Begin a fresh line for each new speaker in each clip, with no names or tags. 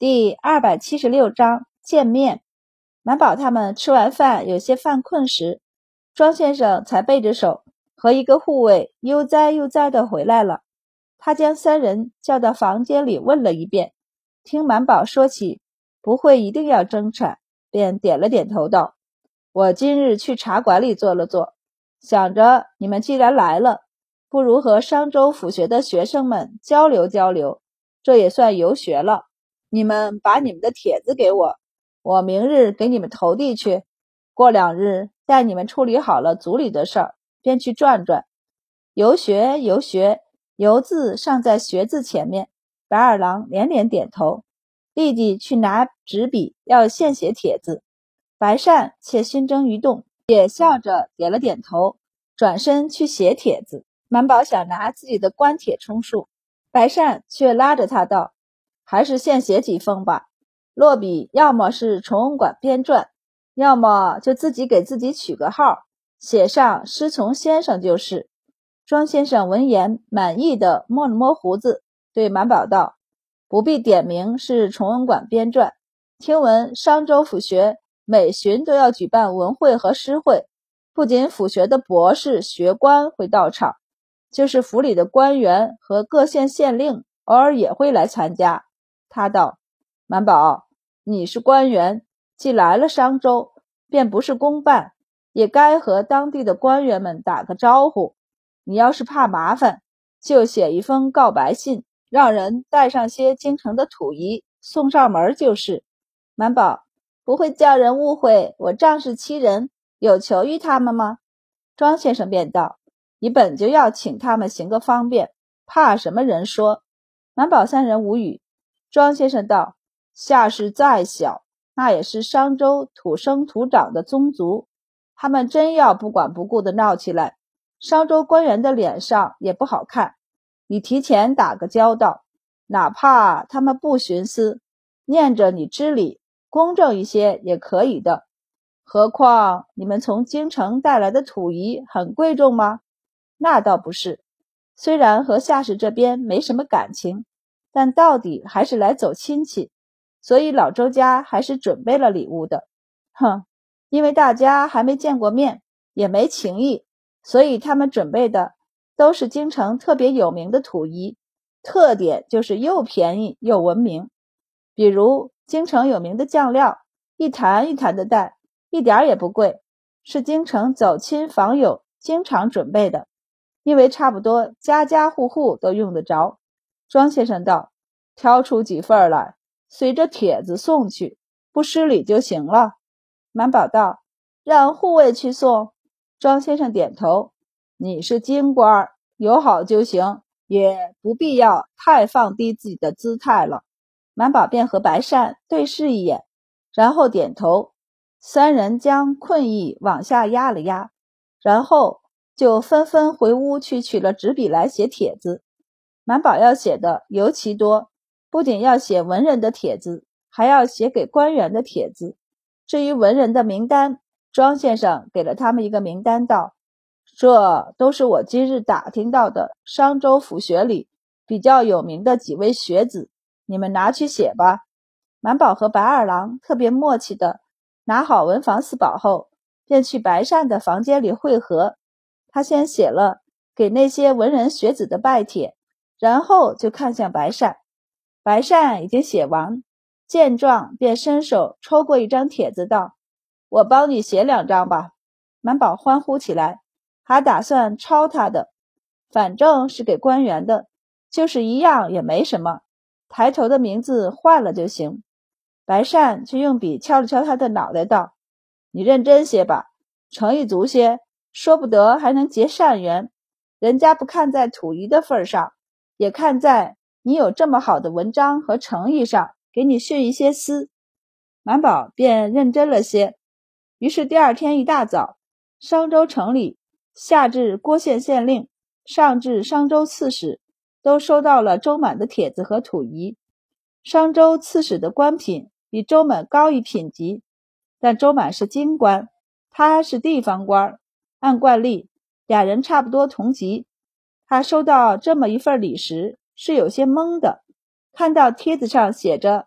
第276章见面。满宝他们吃完饭有些犯困时，庄先生才背着手和一个护卫悠哉悠哉地回来了。他将三人叫到房间里问了一遍，听满宝说起不会一定要争产，便点了点头道：我今日去茶馆里坐了坐，想着你们既然来了，不如和商州府学的学生们交流交流，这也算游学了。你们把你们的帖子给我，我明日给你们投递去，过2日待你们处理好了组里的事儿，便去转转。游学游学，游字尚在学字前面。白二郎连连点头，立即去拿纸笔要现写帖子。白善且心争一动，也笑着点了点头，转身去写帖子。满宝想拿自己的官帖充数，白善却拉着他道：还是现写几封吧，落笔要么是崇文馆编撰，要么就自己给自己取个号，写上师从先生就是。庄先生闻言满意的摸了摸胡子，对满宝道：不必点名是崇文馆编撰，听闻商州府学每旬都要举办文会和诗会，不仅府学的博士学官会到场，就是府里的官员和各县县令偶尔也会来参加。他道：满宝，你是官员，既来了商州，便不是公办，也该和当地的官员们打个招呼。你要是怕麻烦，就写一封告白信，让人带上些京城的土仪送上门就是。满宝，不会叫人误会我仗势欺人，有求于他们吗？庄先生便道：你本就要请他们行个方便，怕什么人说？满宝三人无语。庄先生道：夏氏再小，那也是商州土生土长的宗族，他们真要不管不顾的闹起来，商州官员的脸上也不好看。你提前打个交道，哪怕他们不徇私，念着你知礼，公正一些也可以的。何况你们从京城带来的土仪很贵重吗？那倒不是，虽然和夏氏这边没什么感情，但到底还是来走亲戚，所以老周家还是准备了礼物的。因为大家还没见过面，也没情谊，所以他们准备的都是京城特别有名的土仪，特点就是又便宜又文明。比如京城有名的酱料，一坛一坛的带，一点也不贵，是京城走亲访友经常准备的，因为差不多家家户户都用得着。庄先生道：挑出几份来，随着帖子送去，不失礼就行了。满宝道：让护卫去送。庄先生点头：你是京官，有好就行，也不必要太放低自己的姿态了。满宝便和白善对视一眼，然后点头。三人将困意往下压了压，然后就纷纷回屋去取了纸笔来写帖子。满宝要写的尤其多，不仅要写文人的帖子，还要写给官员的帖子。至于文人的名单，庄先生给了他们一个名单道：这都是我今日打听到的商州府学里比较有名的几位学子，你们拿去写吧。满宝和白二郎特别默契的拿好文房四宝后，便去白善的房间里会合。他先写了给那些文人学子的拜帖，然后就看向白善。白善已经写完，见状便伸手抽过一张帖子道：我帮你写2张吧。满宝欢呼起来，还打算抄他的，反正是给官员的，就是一样也没什么，抬头的名字换了就行。白善却用笔敲了敲他的脑袋道：你认真些吧，诚意足些，说不得还能结善缘。人家不看在土仪的份上，也看在你有这么好的文章和诚意上，给你训一些思。满宝便认真了些。于是第2天一大早，商州城里下至郭县县令，上至商州刺史，都收到了周满的帖子和土仪。商州刺史的官品比周满高一品级，但周满是京官，他是地方官，按惯例2人差不多同级。他收到这么一份礼时是有些懵的，看到帖子上写着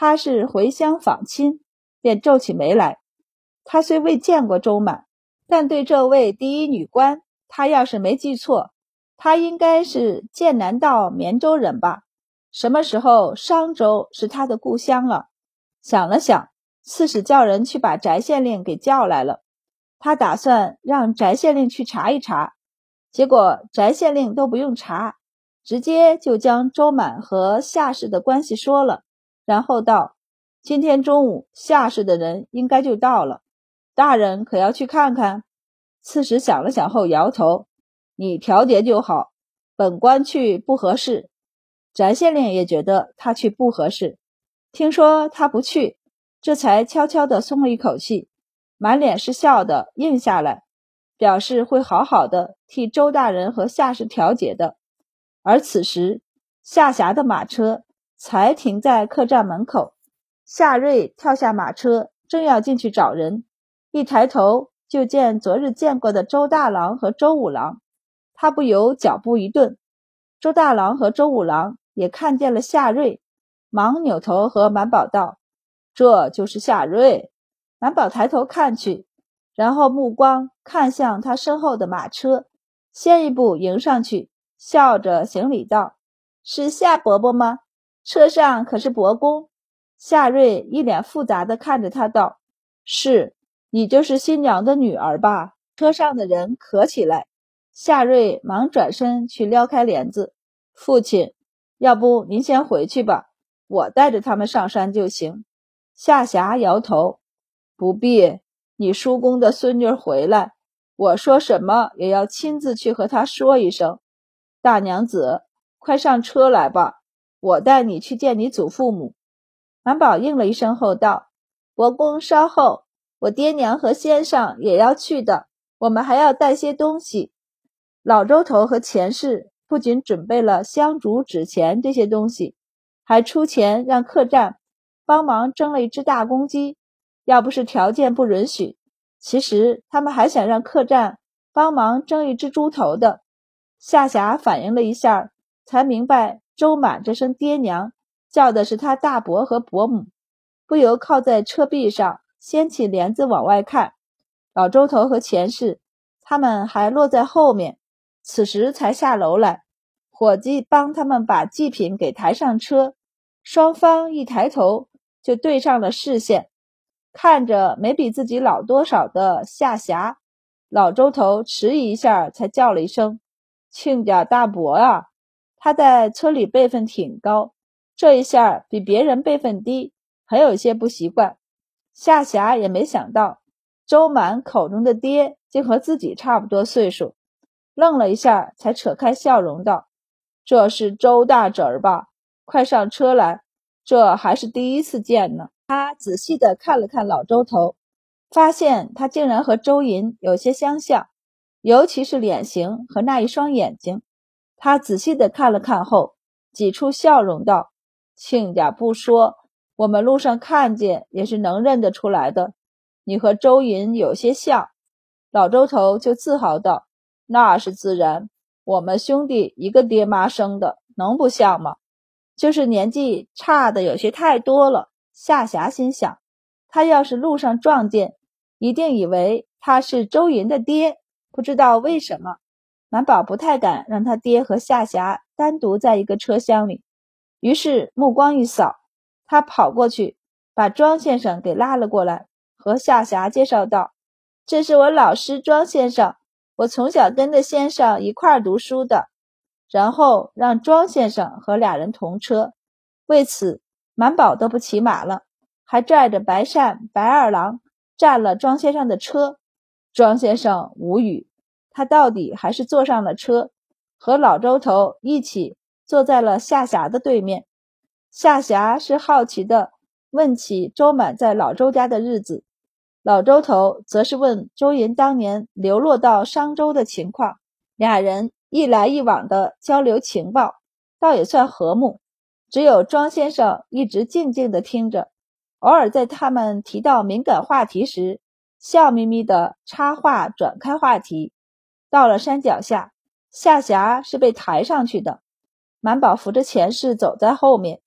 他是回乡访亲，便皱起眉来。他虽未见过周满，但对这位第一女官，他要是没记错，他应该是剑南道绵州人吧？什么时候商州是他的故乡了？想了想，刺史叫人去把翟县令给叫来了。他打算让翟县令去查一查，结果翟县令都不用查，直接就将周满和夏氏的关系说了，然后道：今天中午夏氏的人应该就到了，大人可要去看看？刺史想了想后摇头：你调节就好，本官去不合适。翟县令也觉得他去不合适，听说他不去，这才悄悄地松了一口气，满脸是笑的应下来，表示会好好的替周大人和夏氏调解的。而此时夏霞的马车才停在客栈门口，夏瑞跳下马车，正要进去找人，一抬头就见昨日见过的周大郎和周五郎，他不由脚步一顿。周大郎和周五郎也看见了夏瑞，忙扭头和满宝道：这就是夏瑞。满宝抬头看去，然后目光看向他身后的马车，先一步迎上去，笑着行礼道：是夏伯伯吗？车上可是伯公？夏瑞一脸复杂地看着他道：是，你就是新娘的女儿吧？车上的人咳起来，夏瑞忙转身去撩开帘子：父亲，要不您先回去吧，我带着他们上山就行。夏霞摇头：不必，你叔公的孙女回来，我说什么也要亲自去和他说一声。大娘子，快上车来吧，我带你去见你祖父母。满宝应了一声后道：伯公稍后，我爹娘和先生也要去的，我们还要带些东西。老周头和钱氏不仅准备了香烛纸钱这些东西，还出钱让客栈帮忙蒸了一只大公鸡，要不是条件不允许，其实他们还想让客栈帮忙蒸一只猪头的。夏霞反应了一下，才明白周满这声爹娘叫的是他大伯和伯母，不由靠在车壁上掀起帘子往外看。老周头和钱氏他们还落在后面，此时才下楼来，伙计帮他们把祭品给抬上车，双方一抬头就对上了视线，看着没比自己老多少的夏霞，老周头迟疑一下才叫了一声：亲家大伯啊！他在村里辈分挺高，这一下比别人辈分低，很有些不习惯。夏霞也没想到周满口中的爹竟和自己差不多岁数，愣了一下才扯开笑容道：这是周大侄儿吧？快上车来，这还是第一次见呢。他仔细地看了看老周头，发现他竟然和周银有些相像，尤其是脸型和那一双眼睛。他仔细地看了看后，挤出笑容道：亲家不说，我们路上看见也是能认得出来的，你和周银有些像。老周头就自豪道：那是自然，我们兄弟一个爹妈生的，能不像吗？就是年纪差的有些太多了。夏霞心想，他要是路上撞见，一定以为他是周银的爹，不知道为什么满宝不太敢让他爹和夏霞单独在一个车厢里，于是目光一扫，他跑过去把庄先生给拉了过来，和夏霞介绍道：这是我老师庄先生，我从小跟着先生一块儿读书的。然后让庄先生和俩人同车，为此满宝都不骑马了，还拽着白善、白二郎占了庄先生的车。庄先生无语，他到底还是坐上了车，和老周头一起坐在了夏霞的对面。夏霞是好奇的问起周满在老周家的日子，老周头则是问周银当年流落到商州的情况，俩人一来一往的交流情报，倒也算和睦。只有庄先生一直静静的听着，偶尔在他们提到敏感话题时，笑眯眯的插话转开话题。到了山脚下，夏霞是被抬上去的，满宝扶着钱氏走在后面，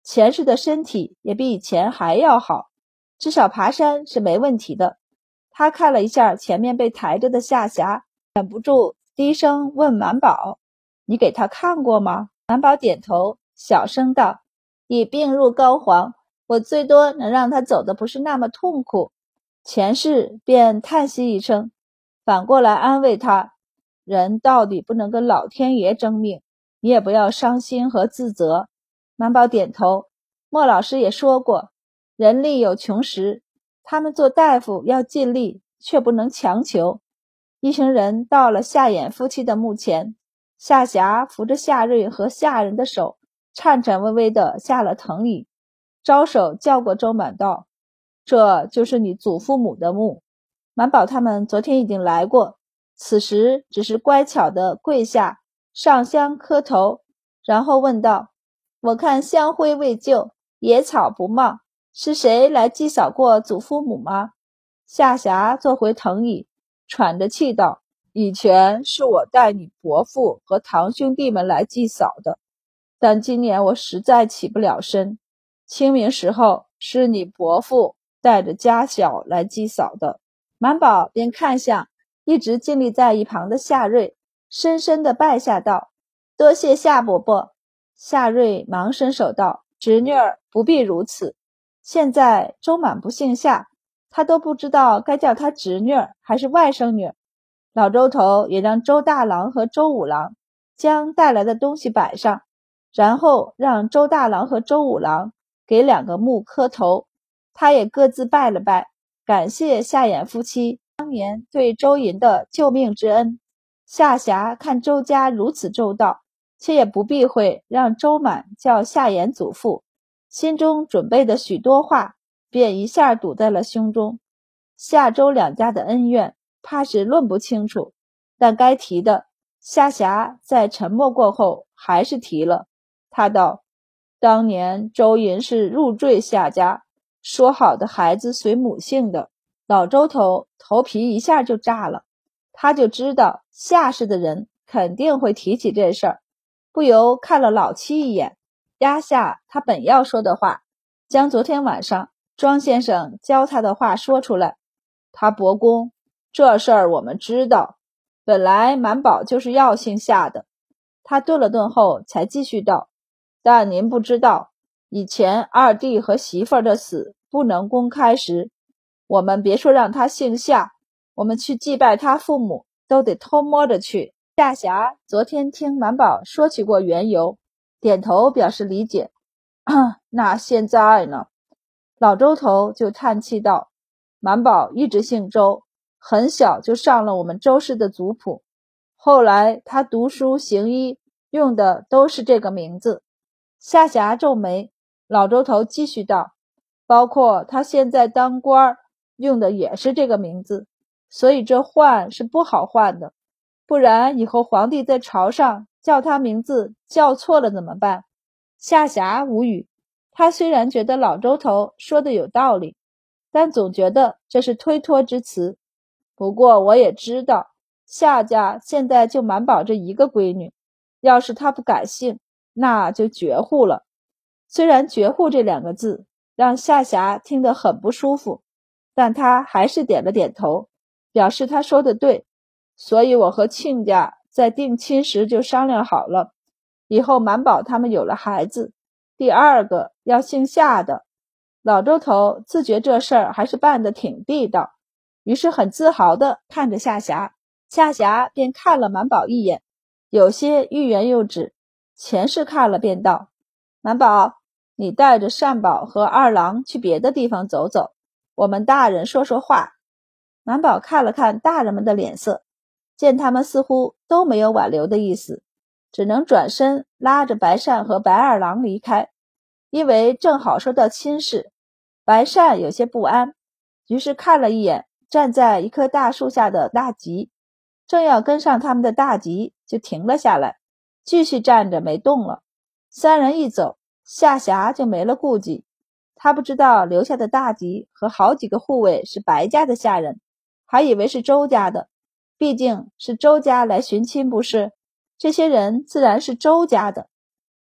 前世的身体也比以前还要好，至少爬山是没问题的。他看了一下前面被抬着的夏霞，忍不住低声问满宝：你给他看过吗？满宝点头，小声道：已病入膏肓，我最多能让他走的不是那么痛苦。前世便叹息一声，反过来安慰他：人到底不能跟老天爷争命，你也不要伤心和自责。满宝点头，莫老师也说过，人力有穷时，他们做大夫要尽力，却不能强求。一行人到了夏衍夫妻的墓前，夏霞扶着夏瑞和下人的手，颤颤巍巍地下了藤椅，招手叫过周满道：这就是你祖父母的墓。满宝他们昨天已经来过，此时只是乖巧地跪下上香磕头，然后问道：我看香灰未就，野草不茂，是谁来祭扫过祖父母吗？夏霞坐回藤椅，喘着气道：以前是我带你伯父和堂兄弟们来祭扫的，但今年我实在起不了身。清明时候是你伯父带着家小来祭扫的。满宝便看向一直静立在一旁的夏瑞，深深地拜下道：多谢夏伯伯。夏瑞忙伸手道：侄女儿不必如此。现在周满不姓夏，他都不知道该叫他侄女儿还是外甥女儿。老周头也让周大郎和周五郎将带来的东西摆上，然后让周大郎和周五郎给两个墓磕头，他也各自拜了拜，感谢夏衍夫妻当年对周银的救命之恩。夏霞看周家如此周到，却也不避讳让周满叫夏衍祖父，心中准备的许多话便一下堵在了胸中。夏周两家的恩怨怕是论不清楚，但该提的夏霞在沉默过后还是提了。他道：当年周银是入赘夏家，说好的孩子随母姓的。老周头皮一下就炸了，他就知道夏氏的人肯定会提起这事儿，不由看了老七一眼，压下他本要说的话，将昨天晚上庄先生教他的话说出来。他伯公，这事儿我们知道，本来满宝就是要姓夏的。他顿了顿后才继续道：但您不知道，以前二弟和媳妇儿的死不能公开时，我们别说让他姓夏，我们去祭拜他父母都得偷摸着去。夏霞昨天听满宝说起过缘由，点头表示理解。那现在呢？老周头就叹气道：满宝一直姓周，很小就上了我们周氏的族谱，后来他读书行医用的都是这个名字。夏霞皱眉，老周头继续道：包括他现在当官用的也是这个名字，所以这换是不好换的，不然以后皇帝在朝上叫他名字叫错了怎么办？夏霞无语，他虽然觉得老周头说的有道理，但总觉得这是推脱之词。不过我也知道，夏家现在就满宝这一个闺女，要是他不改姓，那就绝户了。虽然绝户这两个字让夏霞听得很不舒服，但他还是点了点头，表示他说的对。所以我和亲家在定亲时就商量好了，以后满宝他们有了孩子，第二个要姓夏的。老周头自觉这事儿还是办得挺地道，于是很自豪地看着夏霞。夏霞便看了满宝一眼，有些欲言又止，前世看了便道：满宝，你带着善宝和二郎去别的地方走走，我们大人说说话。满宝看了看大人们的脸色，见他们似乎都没有挽留的意思，只能转身拉着白善和白二郎离开。因为正好说到亲事，白善有些不安，于是看了一眼站在一棵大树下的大吉，正要跟上他们的大吉就停了下来，继续站着没动了。三人一走，夏霞就没了顾忌，他不知道留下的大吉和好几个护卫是白家的下人，还以为是周家的，毕竟是周家来寻亲不是，这些人自然是周家的。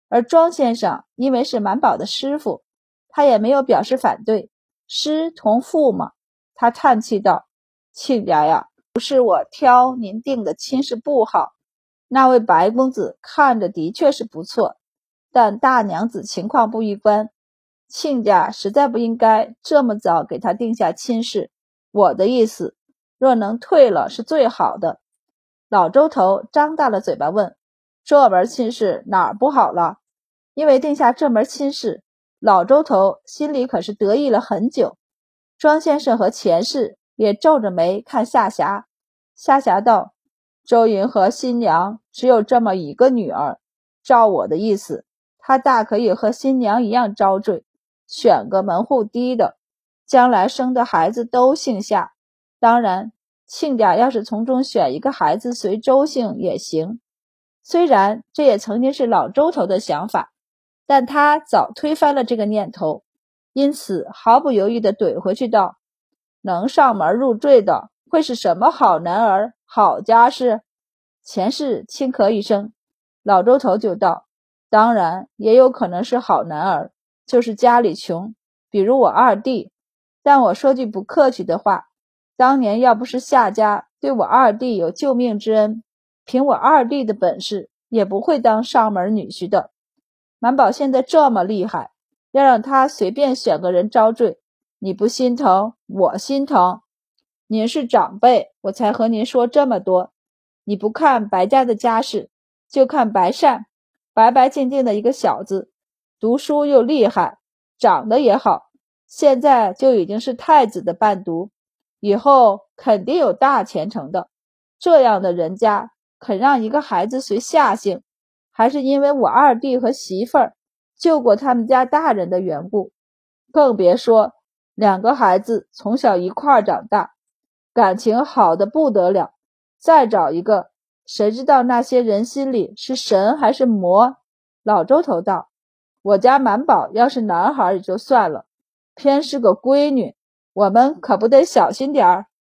而庄先生因为是满宝的师傅，他也没有表示反对，师同父嘛。他叹气道：亲家呀，不是我挑您定的亲事不好，那位白公子看着的确是不错，但大娘子情况不一般，亲家实在不应该这么早给他定下亲事。我的意思，若能退了是最好的。老周头张大了嘴巴问：这门亲事哪儿不好了？因为定下这门亲事，老周头心里可是得意了很久。庄先生和钱氏也皱着眉看夏霞。夏霞道：周云和新娘只有这么一个女儿，照我的意思，她大可以和新娘一样招赘，选个门户低的，将来生的孩子都姓夏。当然，亲家要是从中选一个孩子随周姓也行。虽然这也曾经是老周头的想法，但他早推翻了这个念头，因此毫不犹豫地怼回去道：能上门入赘的会是什么好男儿好家世？钱氏轻咳一声，老周头就道：当然也有可能是好男儿，就是家里穷，比如我二弟。但我说句不客气的话，当年要不是夏家对我二弟有救命之恩，凭我二弟的本事也不会当上门女婿的。满宝现在这么厉害，要让他随便选个人招赘，你不心疼我心疼。您是长辈，我才和您说这么多。你不看白家的家世，就看白善，白白净净的一个小子，读书又厉害，长得也好，现在就已经是太子的伴读，以后肯定有大前程的。这样的人家肯让一个孩子随夏姓，还是因为我二弟和媳妇儿救过他们家大人的缘故。更别说两个孩子从小一块儿长大，感情好的不得了，再找一个，谁知道那些人心里是神还是魔？老周头道：我家满宝要是男孩也就算了，偏是个闺女，我们可不得小心点儿。